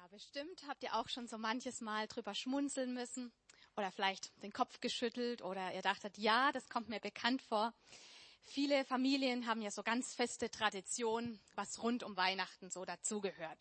Bestimmt habt ihr auch schon so manches Mal drüber schmunzeln müssen oder vielleicht den Kopf geschüttelt oder ihr dachtet, ja, das kommt mir bekannt vor. Viele Familien haben ja so ganz feste Traditionen, was rund um Weihnachten so dazugehört.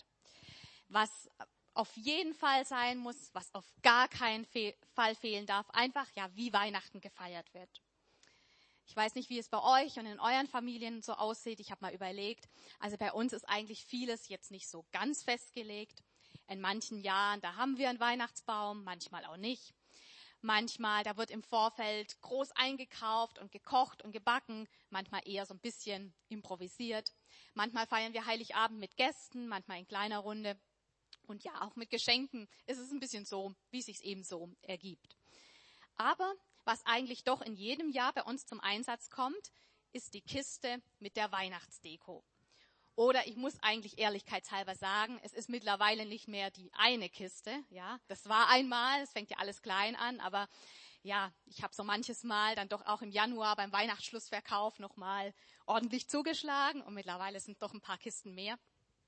Was auf jeden Fall sein muss, was auf gar keinen Fall fehlen darf, einfach ja, wie Weihnachten gefeiert wird. Ich weiß nicht, wie es bei euch und in euren Familien so aussieht. Ich habe mal überlegt, also bei uns ist eigentlich vieles jetzt nicht so ganz festgelegt. In manchen Jahren, da haben wir einen Weihnachtsbaum, manchmal auch nicht. Manchmal, da wird im Vorfeld groß eingekauft und gekocht und gebacken, manchmal eher so ein bisschen improvisiert. Manchmal feiern wir Heiligabend mit Gästen, manchmal in kleiner Runde. Und ja, auch mit Geschenken ist es ein bisschen so, wie es sich eben so ergibt. Aber was eigentlich doch in jedem Jahr bei uns zum Einsatz kommt, ist die Kiste mit der Weihnachtsdeko. Oder ich muss eigentlich ehrlichkeitshalber sagen, es ist mittlerweile nicht mehr die eine Kiste. Ja, das war einmal, es fängt ja alles klein an, aber ja, ich habe so manches Mal dann doch auch im Januar beim Weihnachtsschlussverkauf nochmal ordentlich zugeschlagen und mittlerweile sind doch ein paar Kisten mehr.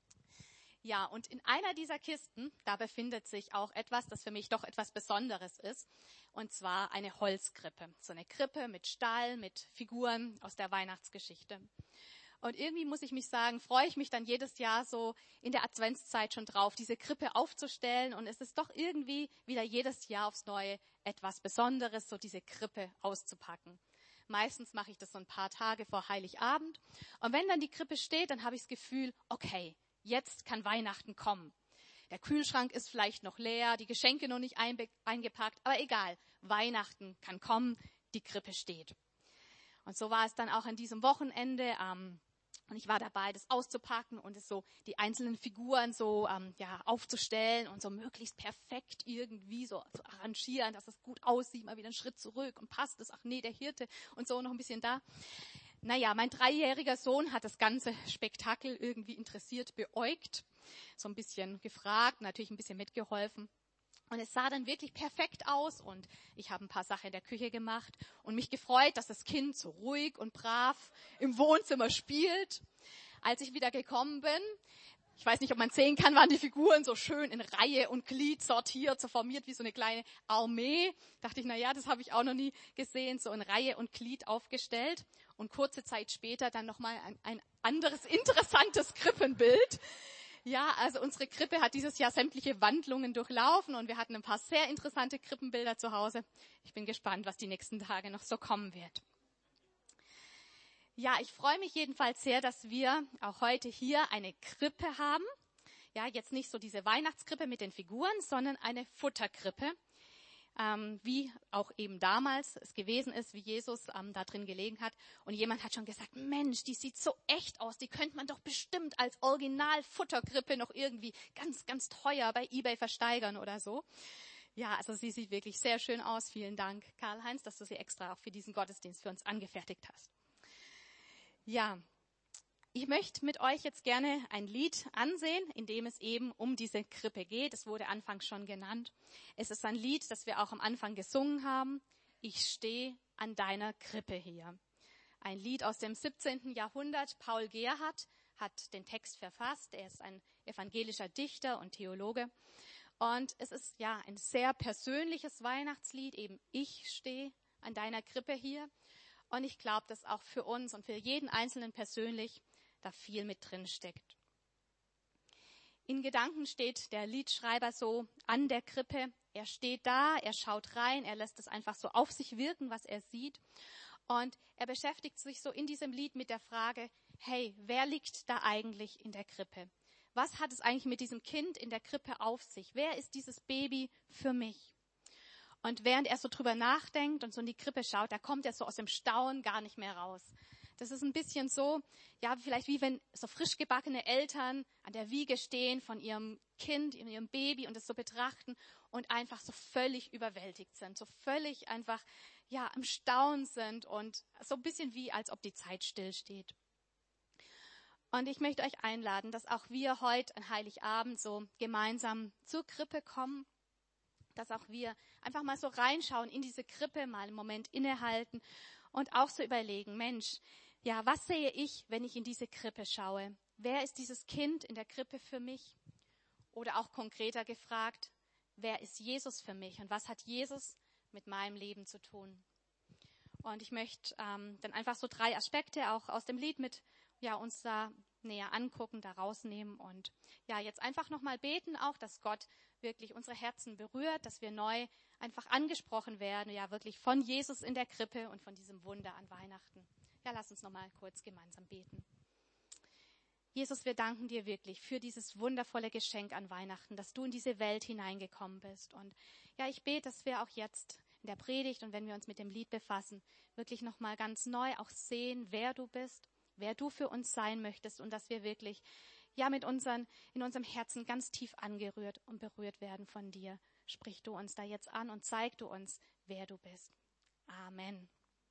Ja, und in einer dieser Kisten, da befindet sich auch etwas, das für mich doch etwas Besonderes ist, und zwar eine Holzkrippe. So eine Krippe mit Stall, mit Figuren aus der Weihnachtsgeschichte. Und irgendwie muss ich mich sagen, freue ich mich dann jedes Jahr so in der Adventszeit schon drauf, diese Krippe aufzustellen. Und es ist doch irgendwie wieder jedes Jahr aufs Neue etwas Besonderes, so diese Krippe auszupacken. Meistens mache ich das so ein paar Tage vor Heiligabend. Und wenn dann die Krippe steht, dann habe ich das Gefühl, okay, jetzt kann Weihnachten kommen. Der Kühlschrank ist vielleicht noch leer, die Geschenke noch nicht eingepackt, aber egal, Weihnachten kann kommen, die Krippe steht. Und so war es dann auch an diesem Wochenende. Und ich war dabei, das auszupacken und es so die einzelnen Figuren so aufzustellen und so möglichst perfekt irgendwie so zu arrangieren, dass es gut aussieht, mal wieder einen Schritt zurück und passt es, ach nee, der Hirte und so noch ein bisschen da. Naja, mein 3-jähriger Sohn hat das ganze Spektakel irgendwie interessiert beäugt, so ein bisschen gefragt, natürlich ein bisschen mitgeholfen. Und es sah dann wirklich perfekt aus und ich habe ein paar Sachen in der Küche gemacht und mich gefreut, dass das Kind so ruhig und brav im Wohnzimmer spielt. Als ich wieder gekommen bin, ich weiß nicht, ob man sehen kann, waren die Figuren so schön in Reihe und Glied sortiert, so formiert wie so eine kleine Armee. Dachte ich, naja, das habe ich auch noch nie gesehen, so in Reihe und Glied aufgestellt. Und kurze Zeit später dann nochmal ein anderes interessantes Krippenbild. Ja, also unsere Krippe hat dieses Jahr sämtliche Wandlungen durchlaufen und wir hatten ein paar sehr interessante Krippenbilder zu Hause. Ich bin gespannt, was die nächsten Tage noch so kommen wird. Ja, ich freue mich jedenfalls sehr, dass wir auch heute hier eine Krippe haben. Ja, jetzt nicht so diese Weihnachtskrippe mit den Figuren, sondern eine Futterkrippe, wie auch eben damals es gewesen ist, wie Jesus da drin gelegen hat. Und jemand hat schon gesagt, Mensch, die sieht so echt aus, die könnte man doch bestimmt als Original-Futterkrippe noch irgendwie ganz, ganz teuer bei eBay versteigern oder so. Ja, also sie sieht wirklich sehr schön aus. Vielen Dank, Karl-Heinz, dass du sie extra auch für diesen Gottesdienst für uns angefertigt hast. Ja, ich möchte mit euch jetzt gerne ein Lied ansehen, in dem es eben um diese Krippe geht. Es wurde anfangs schon genannt. Es ist ein Lied, das wir auch am Anfang gesungen haben. Ich stehe an deiner Krippe hier. Ein Lied aus dem 17. Jahrhundert. Paul Gerhardt hat den Text verfasst. Er ist ein evangelischer Dichter und Theologe. Und es ist ja ein sehr persönliches Weihnachtslied. Eben ich stehe an deiner Krippe hier. Und ich glaube, dass auch für uns und für jeden Einzelnen persönlich da viel mit drin steckt. In Gedanken steht der Liedschreiber so an der Krippe. Er steht da, er schaut rein, er lässt es einfach so auf sich wirken, was er sieht. Und er beschäftigt sich so in diesem Lied mit der Frage, hey, wer liegt da eigentlich in der Krippe? Was hat es eigentlich mit diesem Kind in der Krippe auf sich? Wer ist dieses Baby für mich? Und während er so drüber nachdenkt und so in die Krippe schaut, da kommt er so aus dem Staunen gar nicht mehr raus. Das ist ein bisschen so, ja, vielleicht wie wenn so frisch gebackene Eltern an der Wiege stehen von ihrem Kind, ihrem Baby und es so betrachten und einfach so völlig überwältigt sind, so völlig einfach, ja, am Staunen sind und so ein bisschen wie, als ob die Zeit stillsteht. Und ich möchte euch einladen, dass auch wir heute an Heiligabend so gemeinsam zur Krippe kommen, dass auch wir einfach mal so reinschauen in diese Krippe, mal einen Moment innehalten und auch so überlegen, Mensch, ja, was sehe ich, wenn ich in diese Krippe schaue? Wer ist dieses Kind in der Krippe für mich? Oder auch konkreter gefragt, wer ist Jesus für mich und was hat Jesus mit meinem Leben zu tun? Und ich möchte dann einfach so 3 Aspekte auch aus dem Lied mit uns da näher angucken, da rausnehmen und jetzt einfach nochmal beten auch, dass Gott wirklich unsere Herzen berührt, dass wir neu einfach angesprochen werden, wirklich von Jesus in der Krippe und von diesem Wunder an Weihnachten. Ja, lass uns nochmal kurz gemeinsam beten. Jesus, wir danken dir wirklich für dieses wundervolle Geschenk an Weihnachten, dass du in diese Welt hineingekommen bist. Und ich bete, dass wir auch jetzt in der Predigt und wenn wir uns mit dem Lied befassen, wirklich nochmal ganz neu auch sehen, wer du bist, wer du für uns sein möchtest und dass wir wirklich in unserem Herzen ganz tief angerührt und berührt werden von dir. Sprich du uns da jetzt an und zeig du uns, wer du bist. Amen.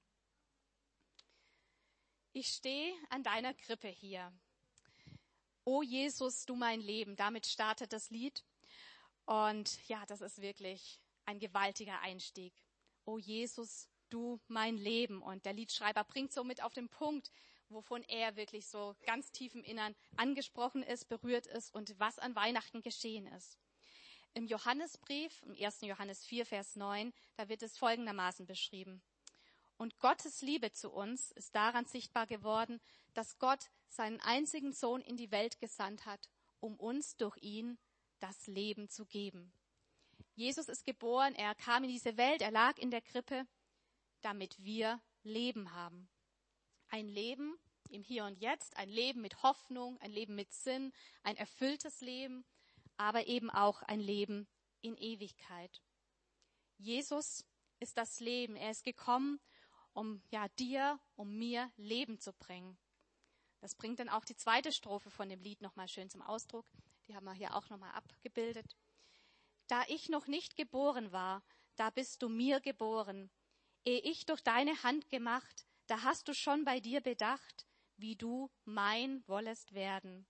Ich stehe an deiner Krippe hier. O Jesus, du mein Leben. Damit startet das Lied. Und das ist wirklich ein gewaltiger Einstieg. O Jesus, du mein Leben. Und der Liedschreiber bringt so mit auf den Punkt, wovon er wirklich so ganz tief im Innern angesprochen ist, berührt ist und was an Weihnachten geschehen ist. Im Johannesbrief, im 1. Johannes 4, Vers 9, da wird es folgendermaßen beschrieben. Und Gottes Liebe zu uns ist daran sichtbar geworden, dass Gott seinen einzigen Sohn in die Welt gesandt hat, um uns durch ihn das Leben zu geben. Jesus ist geboren, er kam in diese Welt, er lag in der Krippe, damit wir Leben haben. Ein Leben im Hier und Jetzt, ein Leben mit Hoffnung, ein Leben mit Sinn, ein erfülltes Leben, aber eben auch ein Leben in Ewigkeit. Jesus ist das Leben. Er ist gekommen, um dir, um mir Leben zu bringen. Das bringt dann auch die 2. Strophe von dem Lied nochmal schön zum Ausdruck. Die haben wir hier auch nochmal abgebildet. Da ich noch nicht geboren war, da bist du mir geboren. Ehe ich durch deine Hand gemacht, da hast du schon bei dir bedacht, wie du mein wollest werden.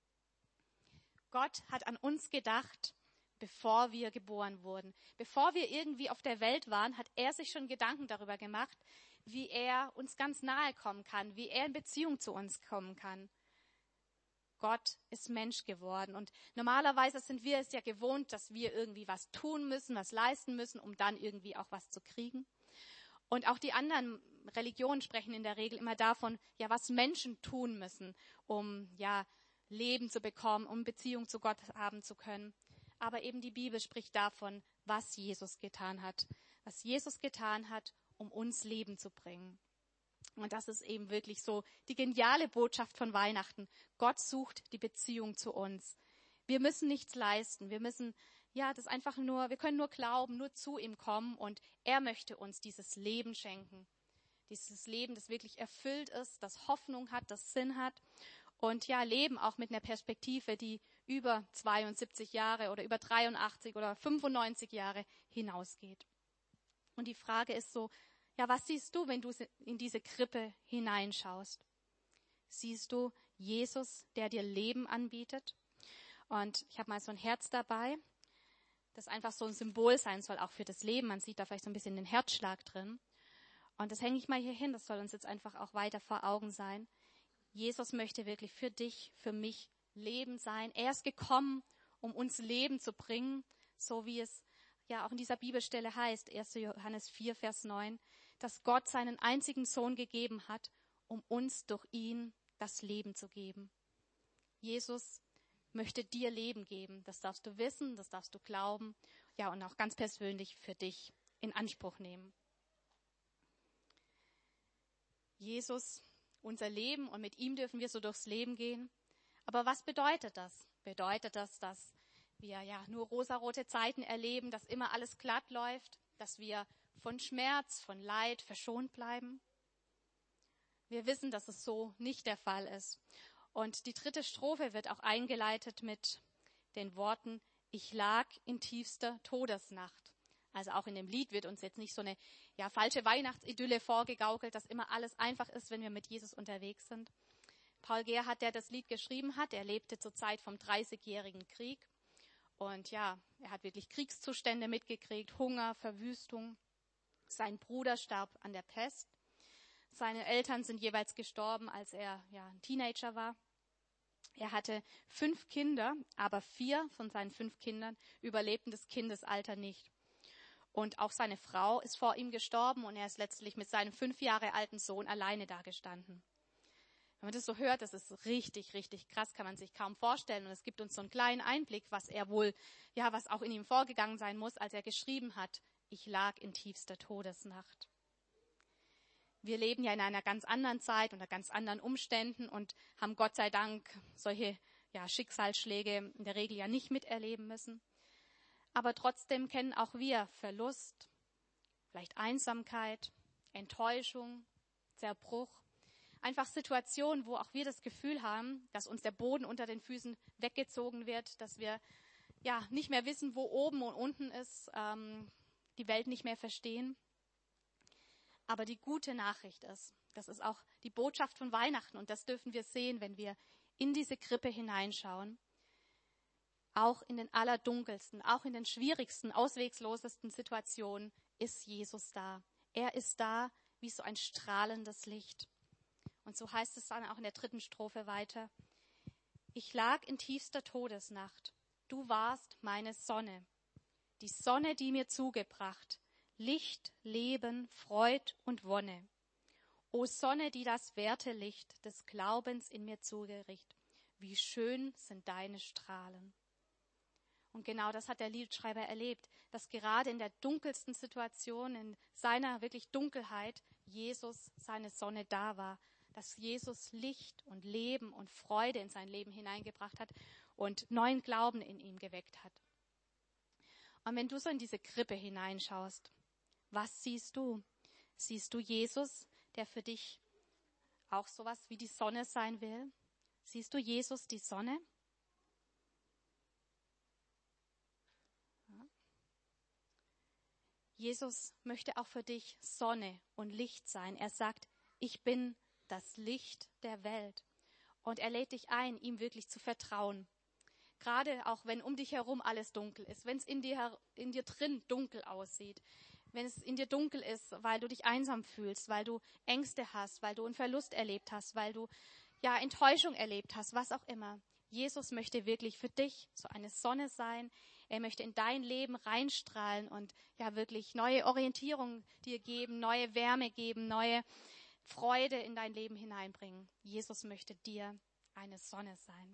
Gott hat an uns gedacht, bevor wir geboren wurden. Bevor wir irgendwie auf der Welt waren, hat er sich schon Gedanken darüber gemacht, wie er uns ganz nahe kommen kann, wie er in Beziehung zu uns kommen kann. Gott ist Mensch geworden und normalerweise sind wir es ja gewohnt, dass wir irgendwie was tun müssen, was leisten müssen, um dann irgendwie auch was zu kriegen. Und auch die anderen Religionen sprechen in der Regel immer davon, was Menschen tun müssen, um Leben zu bekommen, um Beziehung zu Gott haben zu können. Aber eben die Bibel spricht davon, was Jesus getan hat. Was Jesus getan hat, um uns Leben zu bringen. Und das ist eben wirklich so die geniale Botschaft von Weihnachten. Gott sucht die Beziehung zu uns. Wir müssen nichts leisten. Wir müssen wir können nur glauben, nur zu ihm kommen und er möchte uns dieses Leben schenken. Dieses Leben, das wirklich erfüllt ist, das Hoffnung hat, das Sinn hat und Leben auch mit einer Perspektive, die über 72 Jahre oder über 83 oder 95 Jahre hinausgeht. Und die Frage ist so, was siehst du, wenn du in diese Krippe hineinschaust? Siehst du Jesus, der dir Leben anbietet? Und ich habe mal so ein Herz dabei, das einfach so ein Symbol sein soll, auch für das Leben. Man sieht da vielleicht so ein bisschen den Herzschlag drin. Und das hänge ich mal hier hin, das soll uns jetzt einfach auch weiter vor Augen sein. Jesus möchte wirklich für dich, für mich Leben sein. Er ist gekommen, um uns Leben zu bringen, so wie es auch in dieser Bibelstelle heißt, 1. Johannes 4, Vers 9, dass Gott seinen einzigen Sohn gegeben hat, um uns durch ihn das Leben zu geben. Jesus möchte dir Leben geben. Das darfst du wissen, das darfst du glauben, und auch ganz persönlich für dich in Anspruch nehmen. Jesus, unser Leben und mit ihm dürfen wir so durchs Leben gehen. Aber was bedeutet das? Bedeutet das, dass wir nur rosarote Zeiten erleben, dass immer alles glatt läuft, dass wir von Schmerz, von Leid verschont bleiben? Wir wissen, dass es so nicht der Fall ist. Und die 3. Strophe wird auch eingeleitet mit den Worten, ich lag in tiefster Todesnacht. Also auch in dem Lied wird uns jetzt nicht so eine falsche Weihnachtsidylle vorgegaukelt, dass immer alles einfach ist, wenn wir mit Jesus unterwegs sind. Paul Gerhardt, der das Lied geschrieben hat, er lebte zur Zeit vom 30-jährigen Krieg. Und er hat wirklich Kriegszustände mitgekriegt, Hunger, Verwüstung. Sein Bruder starb an der Pest. Seine Eltern sind jeweils gestorben, als er ein Teenager war. Er hatte 5 Kinder, aber 4 von seinen 5 Kindern überlebten das Kindesalter nicht. Und auch seine Frau ist vor ihm gestorben und er ist letztlich mit seinem 5 Jahre alten Sohn alleine dagestanden. Wenn man das so hört, das ist richtig, richtig krass, kann man sich kaum vorstellen. Und es gibt uns so einen kleinen Einblick, was was auch in ihm vorgegangen sein muss, als er geschrieben hat, ich lag in tiefster Todesnacht. Wir leben ja in einer ganz anderen Zeit, unter ganz anderen Umständen und haben Gott sei Dank solche Schicksalsschläge in der Regel ja nicht miterleben müssen. Aber trotzdem kennen auch wir Verlust, vielleicht Einsamkeit, Enttäuschung, Zerbruch. Einfach Situationen, wo auch wir das Gefühl haben, dass uns der Boden unter den Füßen weggezogen wird, dass wir nicht mehr wissen, wo oben und unten ist, die Welt nicht mehr verstehen. Aber die gute Nachricht ist, das ist auch die Botschaft von Weihnachten und das dürfen wir sehen, wenn wir in diese Krippe hineinschauen. Auch in den allerdunkelsten, auch in den schwierigsten, auswegslosesten Situationen ist Jesus da. Er ist da wie so ein strahlendes Licht. Und so heißt es dann auch in der 3. Strophe weiter. Ich lag in tiefster Todesnacht. Du warst meine Sonne. Die Sonne, die mir zugebracht. Licht, Leben, Freud und Wonne. O Sonne, die das werte Licht des Glaubens in mir zugericht. Wie schön sind deine Strahlen. Und genau das hat der Liedschreiber erlebt, dass gerade in der dunkelsten Situation, in seiner wirklich Dunkelheit, Jesus, seine Sonne da war. Dass Jesus Licht und Leben und Freude in sein Leben hineingebracht hat und neuen Glauben in ihm geweckt hat. Und wenn du so in diese Krippe hineinschaust, was siehst du? Siehst du Jesus, der für dich auch sowas wie die Sonne sein will? Siehst du Jesus, die Sonne? Ja. Jesus möchte auch für dich Sonne und Licht sein. Er sagt, ich bin das Licht der Welt. Und er lädt dich ein, ihm wirklich zu vertrauen. Gerade auch, wenn um dich herum alles dunkel ist, wenn es in dir drin dunkel aussieht, wenn es in dir dunkel ist, weil du dich einsam fühlst, weil du Ängste hast, weil du einen Verlust erlebt hast, weil du Enttäuschung erlebt hast, was auch immer. Jesus möchte wirklich für dich so eine Sonne sein. Er möchte in dein Leben reinstrahlen und wirklich neue Orientierung dir geben, neue Wärme geben, neue Freude in dein Leben hineinbringen. Jesus möchte dir eine Sonne sein.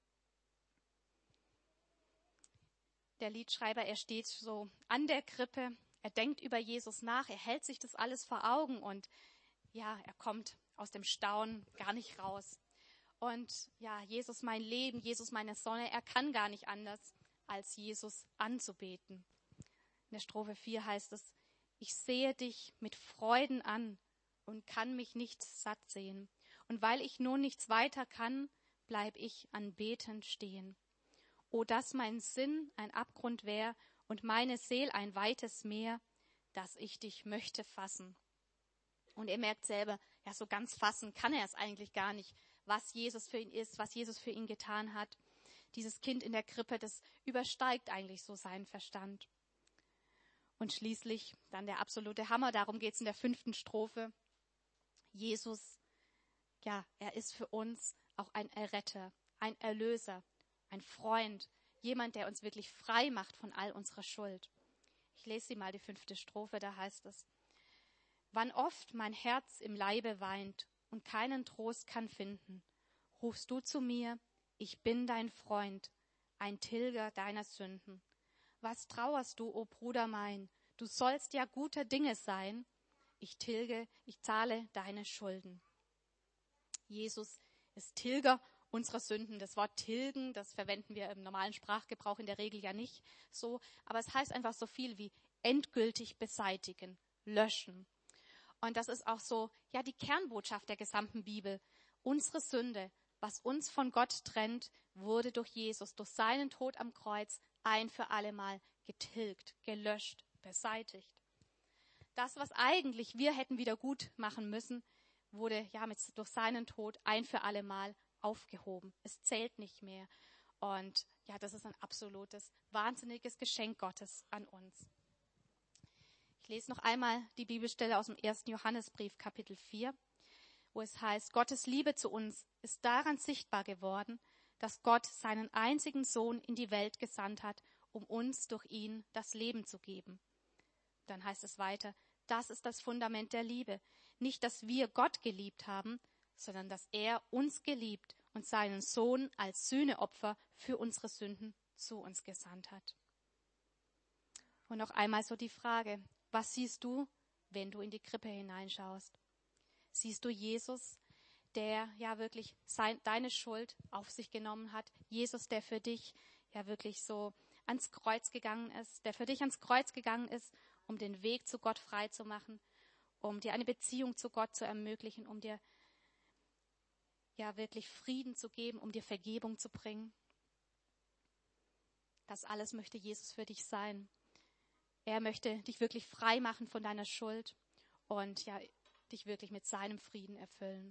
Der Liedschreiber, er steht so an der Krippe, er denkt über Jesus nach, er hält sich das alles vor Augen und er kommt aus dem Staunen gar nicht raus. Und Jesus mein Leben, Jesus meine Sonne, er kann gar nicht anders, als Jesus anzubeten. In der Strophe 4 heißt es, ich sehe dich mit Freuden an und kann mich nicht satt sehen. Und weil ich nun nichts weiter kann, bleib ich anbetend stehen. O, dass mein Sinn ein Abgrund wär und meine Seel ein weites Meer, dass ich dich möchte fassen. Und er merkt selber, so ganz fassen kann er es eigentlich gar nicht, was Jesus für ihn ist, was Jesus für ihn getan hat. Dieses Kind in der Krippe, das übersteigt eigentlich so seinen Verstand. Und schließlich dann der absolute Hammer, darum geht es in der 5. Strophe. Jesus, er ist für uns auch ein Erretter, ein Erlöser, ein Freund, jemand, der uns wirklich frei macht von all unserer Schuld. Ich lese sie mal, die 5. Strophe, da heißt es, wann oft mein Herz im Leibe weint und keinen Trost kann finden, rufst du zu mir, ich bin dein Freund, ein Tilger deiner Sünden. Was trauerst du, o Bruder mein, du sollst ja guter Dinge sein, ich zahle deine Schulden. Jesus ist Tilger unserer Sünden. Das Wort tilgen, das verwenden wir im normalen Sprachgebrauch in der Regel ja nicht so, aber es heißt einfach so viel wie endgültig beseitigen, löschen. Und das ist auch so, die Kernbotschaft der gesamten Bibel. Unsere Sünde, was uns von Gott trennt, wurde durch Jesus, durch seinen Tod am Kreuz ein für allemal getilgt, gelöscht, beseitigt. Das, was eigentlich wir hätten wieder gut machen müssen, wurde durch seinen Tod ein für allemal aufgehoben. Es zählt nicht mehr. Und das ist ein absolutes, wahnsinniges Geschenk Gottes an uns. Ich lese noch einmal die Bibelstelle aus dem 1. Johannesbrief, Kapitel 4, wo es heißt, Gottes Liebe zu uns ist daran sichtbar geworden, dass Gott seinen einzigen Sohn in die Welt gesandt hat, um uns durch ihn das Leben zu geben. Dann heißt es weiter, das ist das Fundament der Liebe. Nicht, dass wir Gott geliebt haben, sondern dass er uns geliebt und seinen Sohn als Sühneopfer für unsere Sünden zu uns gesandt hat. Und noch einmal so die Frage, was siehst du, wenn du in die Krippe hineinschaust? Siehst du Jesus, der ja wirklich deine Schuld auf sich genommen hat? Jesus, der für dich ja wirklich so ans Kreuz gegangen ist, der für dich ans Kreuz gegangen ist, um den Weg zu Gott frei zu machen, um dir eine Beziehung zu Gott zu ermöglichen, um dir ja wirklich Frieden zu geben, um dir Vergebung zu bringen. Das alles möchte Jesus für dich sein. Er möchte dich wirklich frei machen von deiner Schuld und ja, dich wirklich mit seinem Frieden erfüllen.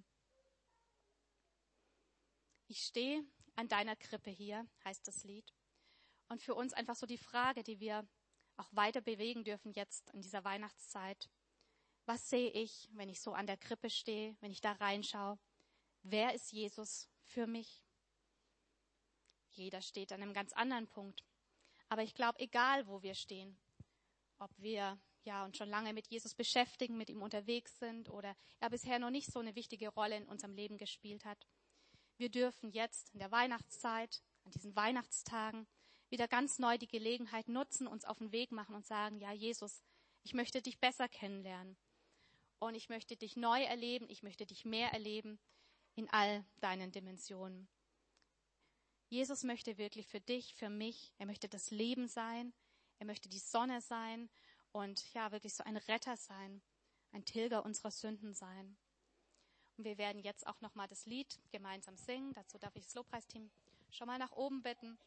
Ich stehe an deiner Krippe hier, heißt das Lied. Und für uns einfach so die Frage, die wir auch weiter bewegen dürfen jetzt in dieser Weihnachtszeit. Was sehe ich, wenn ich so an der Krippe stehe, wenn ich da reinschaue? Wer ist Jesus für mich? Jeder steht an einem ganz anderen Punkt. Aber ich glaube, egal wo wir stehen, ob wir uns schon lange mit Jesus beschäftigen, mit ihm unterwegs sind oder er bisher noch nicht so eine wichtige Rolle in unserem Leben gespielt hat. Wir dürfen jetzt in der Weihnachtszeit, an diesen Weihnachtstagen, wieder ganz neu die Gelegenheit nutzen, uns auf den Weg machen und sagen, ja Jesus, ich möchte dich besser kennenlernen und ich möchte dich neu erleben, ich möchte dich mehr erleben in all deinen Dimensionen. Jesus möchte wirklich für dich, für mich, er möchte das Leben sein, er möchte die Sonne sein und ja, wirklich so ein Retter sein, ein Tilger unserer Sünden sein. Und wir werden jetzt auch nochmal das Lied gemeinsam singen. Dazu darf ich das Lobpreisteam schon mal nach oben bitten.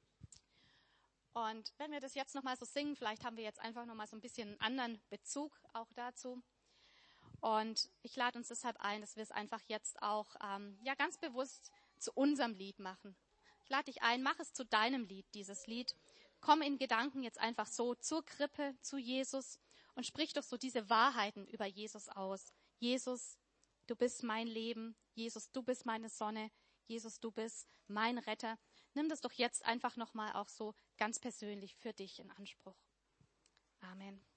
Und wenn wir das jetzt nochmal so singen, vielleicht haben wir jetzt einfach nochmal so ein bisschen einen anderen Bezug auch dazu. Und ich lade uns deshalb ein, dass wir es einfach jetzt auch ganz bewusst zu unserem Lied machen. Ich lade dich ein, mach es zu deinem Lied, dieses Lied. Komm in Gedanken jetzt einfach so zur Krippe, zu Jesus und sprich doch so diese Wahrheiten über Jesus aus. Jesus, du bist mein Leben. Jesus, du bist meine Sonne. Jesus, du bist mein Retter. Nimm das doch jetzt einfach nochmal auch so ganz persönlich für dich in Anspruch. Amen.